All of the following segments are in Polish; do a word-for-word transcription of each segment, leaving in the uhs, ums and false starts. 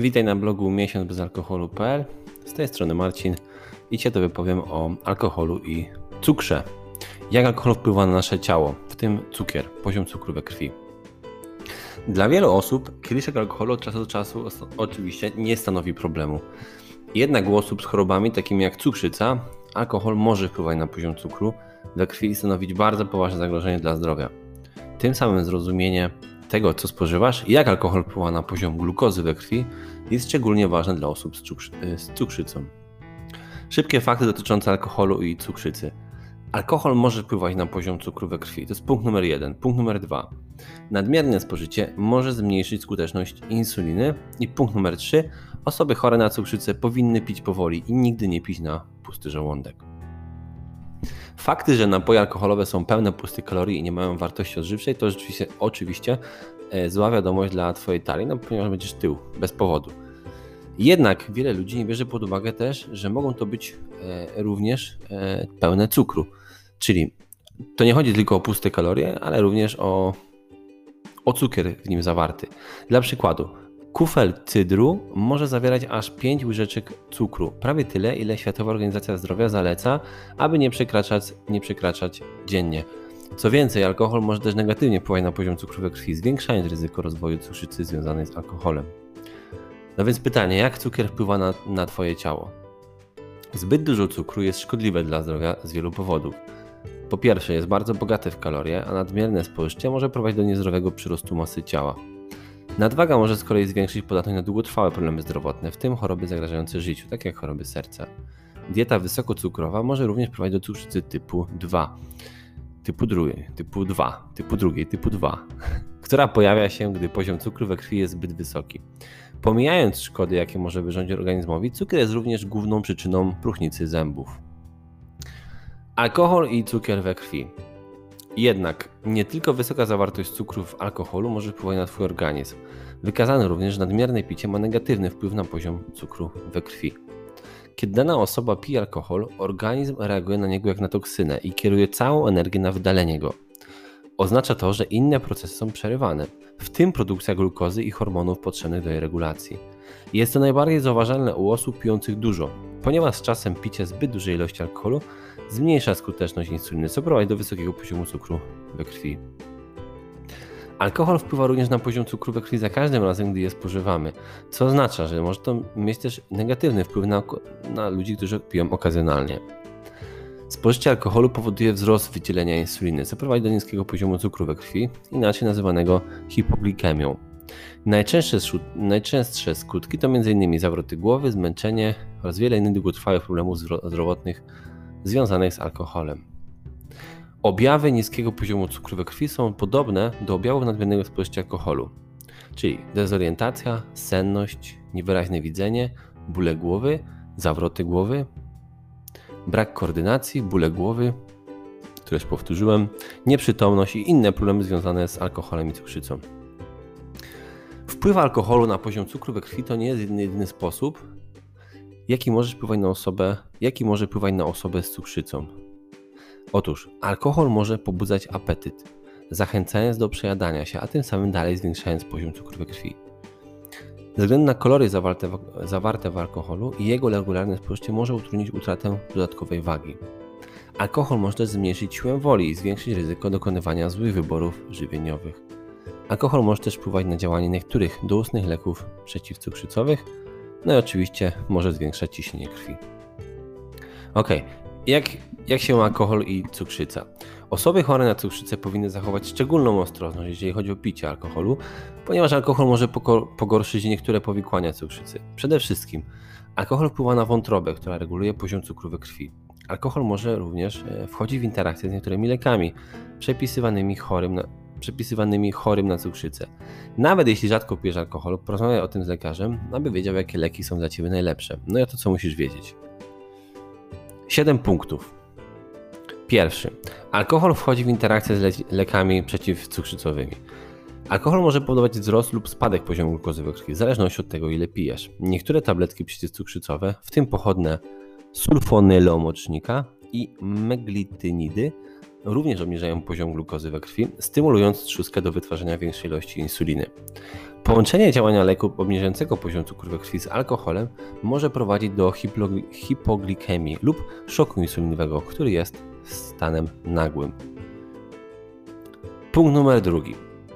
Witaj na blogu miesiąc bez alkoholu kropka pe el. Z tej strony Marcin i Cię to wypowiem o alkoholu i cukrze. Jak alkohol wpływa na nasze ciało, w tym cukier, poziom cukru we krwi. Dla wielu osób kieliszek alkoholu od czasu do czasu oczywiście nie stanowi problemu. Jednak u osób z chorobami takimi jak cukrzyca, alkohol może wpływać na poziom cukru we krwi i stanowić bardzo poważne zagrożenie dla zdrowia. Tym samym zrozumienie tego, co spożywasz i jak alkohol wpływa na poziom glukozy we krwi, jest szczególnie ważne dla osób z, cukrzy- z cukrzycą. Szybkie fakty dotyczące alkoholu i cukrzycy. Alkohol może wpływać na poziom cukru we krwi. To jest punkt numer jeden. Punkt numer dwa. Nadmierne spożycie może zmniejszyć skuteczność insuliny. I punkt numer trzy. Osoby chore na cukrzycę powinny pić powoli i nigdy nie pić na pusty żołądek. Fakty, że napoje alkoholowe są pełne pustych kalorii i nie mają wartości odżywczej, to rzeczywiście oczywiście zła wiadomość dla Twojej talii, no ponieważ będziesz tył, bez powodu. Jednak wiele ludzi nie bierze pod uwagę też, że mogą to być e, również e, pełne cukru. Czyli to nie chodzi tylko o puste kalorie, ale również o, o cukier w nim zawarty. Dla przykładu, kufel cydru może zawierać aż pięć łyżeczek cukru, prawie tyle, ile Światowa Organizacja Zdrowia zaleca, aby nie przekraczać, nie przekraczać dziennie. Co więcej, alkohol może też negatywnie wpływać na poziom cukru we krwi, zwiększając ryzyko rozwoju cukrzycy związanej z alkoholem. No więc pytanie, jak cukier wpływa na, na Twoje ciało? Zbyt dużo cukru jest szkodliwe dla zdrowia z wielu powodów. Po pierwsze, jest bardzo bogate w kalorie, a nadmierne spożycie może prowadzić do niezdrowego przyrostu masy ciała. Nadwaga może z kolei zwiększyć podatność na długotrwałe problemy zdrowotne, w tym choroby zagrażające życiu, takie jak choroby serca. Dieta wysokocukrowa może również prowadzić do cukrzycy typu dwa, typu drugiej, typu dwa, typu drugiej, typu dwa, która pojawia się, gdy poziom cukru we krwi jest zbyt wysoki. Pomijając szkody, jakie może wyrządzić organizmowi, cukier jest również główną przyczyną próchnicy zębów. Alkohol i cukier we krwi. Jednak nie tylko wysoka zawartość cukru w alkoholu może wpływać na Twój organizm. Wykazano również, że nadmierne picie ma negatywny wpływ na poziom cukru we krwi. Kiedy dana osoba pije alkohol, organizm reaguje na niego jak na toksynę i kieruje całą energię na wydalenie go. Oznacza to, że inne procesy są przerywane, w tym produkcja glukozy i hormonów potrzebnych do jej regulacji. Jest to najbardziej zauważalne u osób pijących dużo, ponieważ z czasem picie zbyt dużej ilości alkoholu zmniejsza skuteczność insuliny, co prowadzi do wysokiego poziomu cukru we krwi. Alkohol wpływa również na poziom cukru we krwi za każdym razem, gdy je spożywamy, co oznacza, że może to mieć też negatywny wpływ na, na ludzi, którzy piją okazjonalnie. Spożycie alkoholu powoduje wzrost wydzielenia insuliny, co prowadzi do niskiego poziomu cukru we krwi, inaczej nazywanego hipoglikemią. Najczęstsze, najczęstsze skutki to między innymi zawroty głowy, zmęczenie oraz wiele innych długotrwałych problemów zdrowotnych związanych z alkoholem. Objawy niskiego poziomu cukru we krwi są podobne do objawów nadmiernego spożycia alkoholu, czyli dezorientacja, senność, niewyraźne widzenie, bóle głowy, zawroty głowy, brak koordynacji, bóle głowy, które już powtórzyłem, nieprzytomność i inne problemy związane z alkoholem i cukrzycą. Wpływ alkoholu na poziom cukru we krwi to nie jest jedyny, jedyny sposób, jaki może wpływać na osobę, jaki może wpływać na osobę z cukrzycą. Otóż alkohol może pobudzać apetyt, zachęcając do przejadania się, a tym samym dalej zwiększając poziom cukru we krwi. Ze względu na kalorie zawarte w, zawarte w alkoholu i jego regularne spożycie może utrudnić utratę dodatkowej wagi. Alkohol może też zmniejszyć siłę woli i zwiększyć ryzyko dokonywania złych wyborów żywieniowych. Alkohol może też wpływać na działanie niektórych doustnych leków przeciwcukrzycowych, no i oczywiście może zwiększać ciśnienie krwi. Ok, jak, jak się ma alkohol i cukrzyca? Osoby chore na cukrzycę powinny zachować szczególną ostrożność, jeżeli chodzi o picie alkoholu, ponieważ alkohol może pogorszyć niektóre powikłania cukrzycy. Przede wszystkim alkohol wpływa na wątrobę, która reguluje poziom cukru we krwi. Alkohol może również wchodzić w interakcję z niektórymi lekami przepisywanymi chorym na, przepisywanymi chorym na cukrzycę. Nawet jeśli rzadko pijesz alkohol, porozmawiaj o tym z lekarzem, aby wiedział, jakie leki są dla Ciebie najlepsze. No i to, co musisz wiedzieć. siedem punktów. Pierwszy. Alkohol wchodzi w interakcję z le- lekami przeciwcukrzycowymi. Alkohol może powodować wzrost lub spadek poziomu glukozy we krwi, w zależności od tego, ile pijesz. Niektóre tabletki przeciwcukrzycowe, w tym pochodne sulfonylomocznika i meglitynidy, również obniżają poziom glukozy we krwi, stymulując trzustkę do wytwarzania większej ilości insuliny. Połączenie działania leku obniżającego poziom cukru we krwi z alkoholem może prowadzić do hipoglikemii lub szoku insulinowego, który jest stanem nagłym. Punkt numer drugi.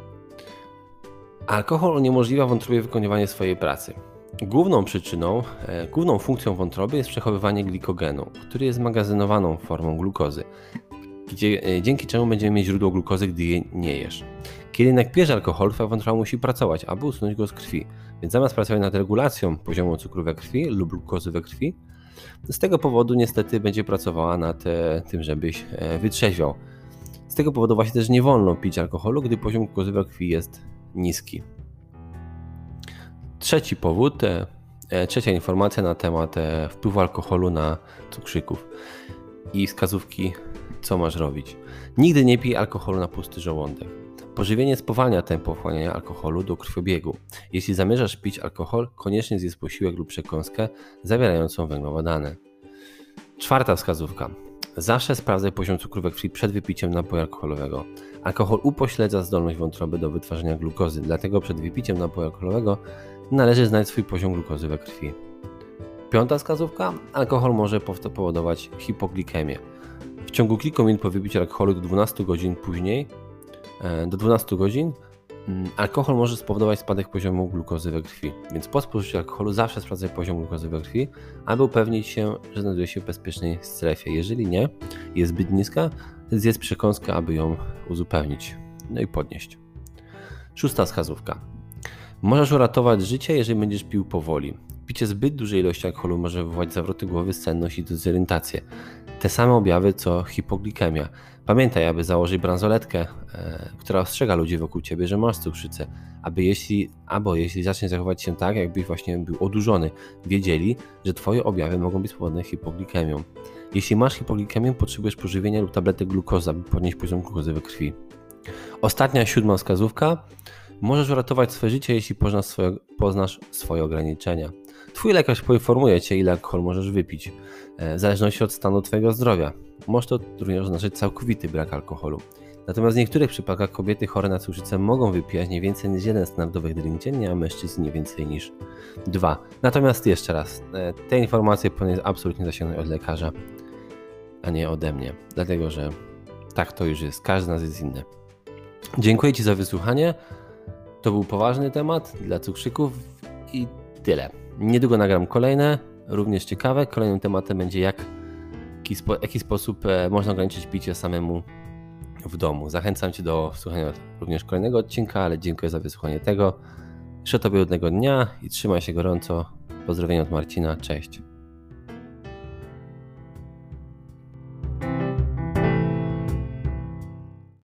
Alkohol uniemożliwia wątrobie wykonywanie swojej pracy. Główną przyczyną, e, główną funkcją wątroby jest przechowywanie glikogenu, który jest magazynowaną formą glukozy, gdzie, e, dzięki czemu będziemy mieć źródło glukozy, gdy je nie jesz. Kiedy jednak pijesz alkohol, twoja wątroba musi pracować, aby usunąć go z krwi, więc zamiast pracować nad regulacją poziomu cukru we krwi lub glukozy we krwi, z tego powodu niestety będzie pracowała nad e, tym, żebyś e, wytrzeźwiał. Z tego powodu właśnie też nie wolno pić alkoholu, gdy poziom glukozy we krwi jest niski. Trzeci powód, e, e, trzecia informacja na temat e, wpływu alkoholu na cukrzyków i wskazówki, co masz robić. Nigdy nie pij alkoholu na pusty żołądek. Pożywienie spowalnia tempo wchłaniania alkoholu do krwiobiegu. Jeśli zamierzasz pić alkohol, koniecznie zjedz posiłek lub przekąskę zawierającą węglowodany. Czwarta wskazówka. Zawsze sprawdzaj poziom cukru we krwi przed wypiciem napoju alkoholowego. Alkohol upośledza zdolność wątroby do wytwarzania glukozy, dlatego przed wypiciem napoju alkoholowego należy znać swój poziom glukozy we krwi. Piąta wskazówka. Alkohol może powodować hipoglikemię. W ciągu kilku minut po wypiciu alkoholu do dwunastu godzin później, do dwunastu godzin, alkohol może spowodować spadek poziomu glukozy we krwi, więc po spożyciu alkoholu zawsze sprawdzaj poziom glukozy we krwi, aby upewnić się, że znajduje się w bezpiecznej strefie. Jeżeli nie, jest zbyt niska, to zjedz przekąskę, aby ją uzupełnić, no i podnieść. Szósta wskazówka. Możesz uratować życie, jeżeli będziesz pił powoli. Picie zbyt dużej ilości alkoholu może wywołać zawroty głowy, senność i dezorientację. Te same objawy co hipoglikemia. Pamiętaj, aby założyć bransoletkę, e, która ostrzega ludzi wokół ciebie, że masz cukrzycę, aby jeśli, albo jeśli zaczniesz zachować się tak, jakbyś właśnie był odurzony, wiedzieli, że twoje objawy mogą być spowodowane hipoglikemią. Jeśli masz hipoglikemię, potrzebujesz pożywienia lub tabletek glukozy, aby podnieść poziom glukozy we krwi. Ostatnia, siódma wskazówka. Możesz uratować swoje życie, jeśli poznasz swoje, poznasz swoje ograniczenia. Twój lekarz poinformuje cię, ile alkoholu możesz wypić, w zależności od stanu twojego zdrowia. Może to również oznaczać całkowity brak alkoholu. Natomiast w niektórych przypadkach kobiety chore na cukrzycę mogą wypijać nie więcej niż jeden standardowy drink dziennie, a mężczyzn nie więcej niż dwa. Natomiast jeszcze raz, te informacje powinny absolutnie zasięgnąć od lekarza, a nie ode mnie. Dlatego, że tak to już jest. Każdy z nas jest inny. Dziękuję ci za wysłuchanie. To był poważny temat dla cukrzyków i tyle. Niedługo nagram kolejne, również ciekawe. Kolejnym tematem będzie jak, w jaki sposób można ograniczyć picie samemu w domu. Zachęcam cię do słuchania również kolejnego odcinka, ale dziękuję za wysłuchanie tego. Życzę tobie udnego dnia i trzymaj się gorąco. Pozdrowienia od Marcina. Cześć.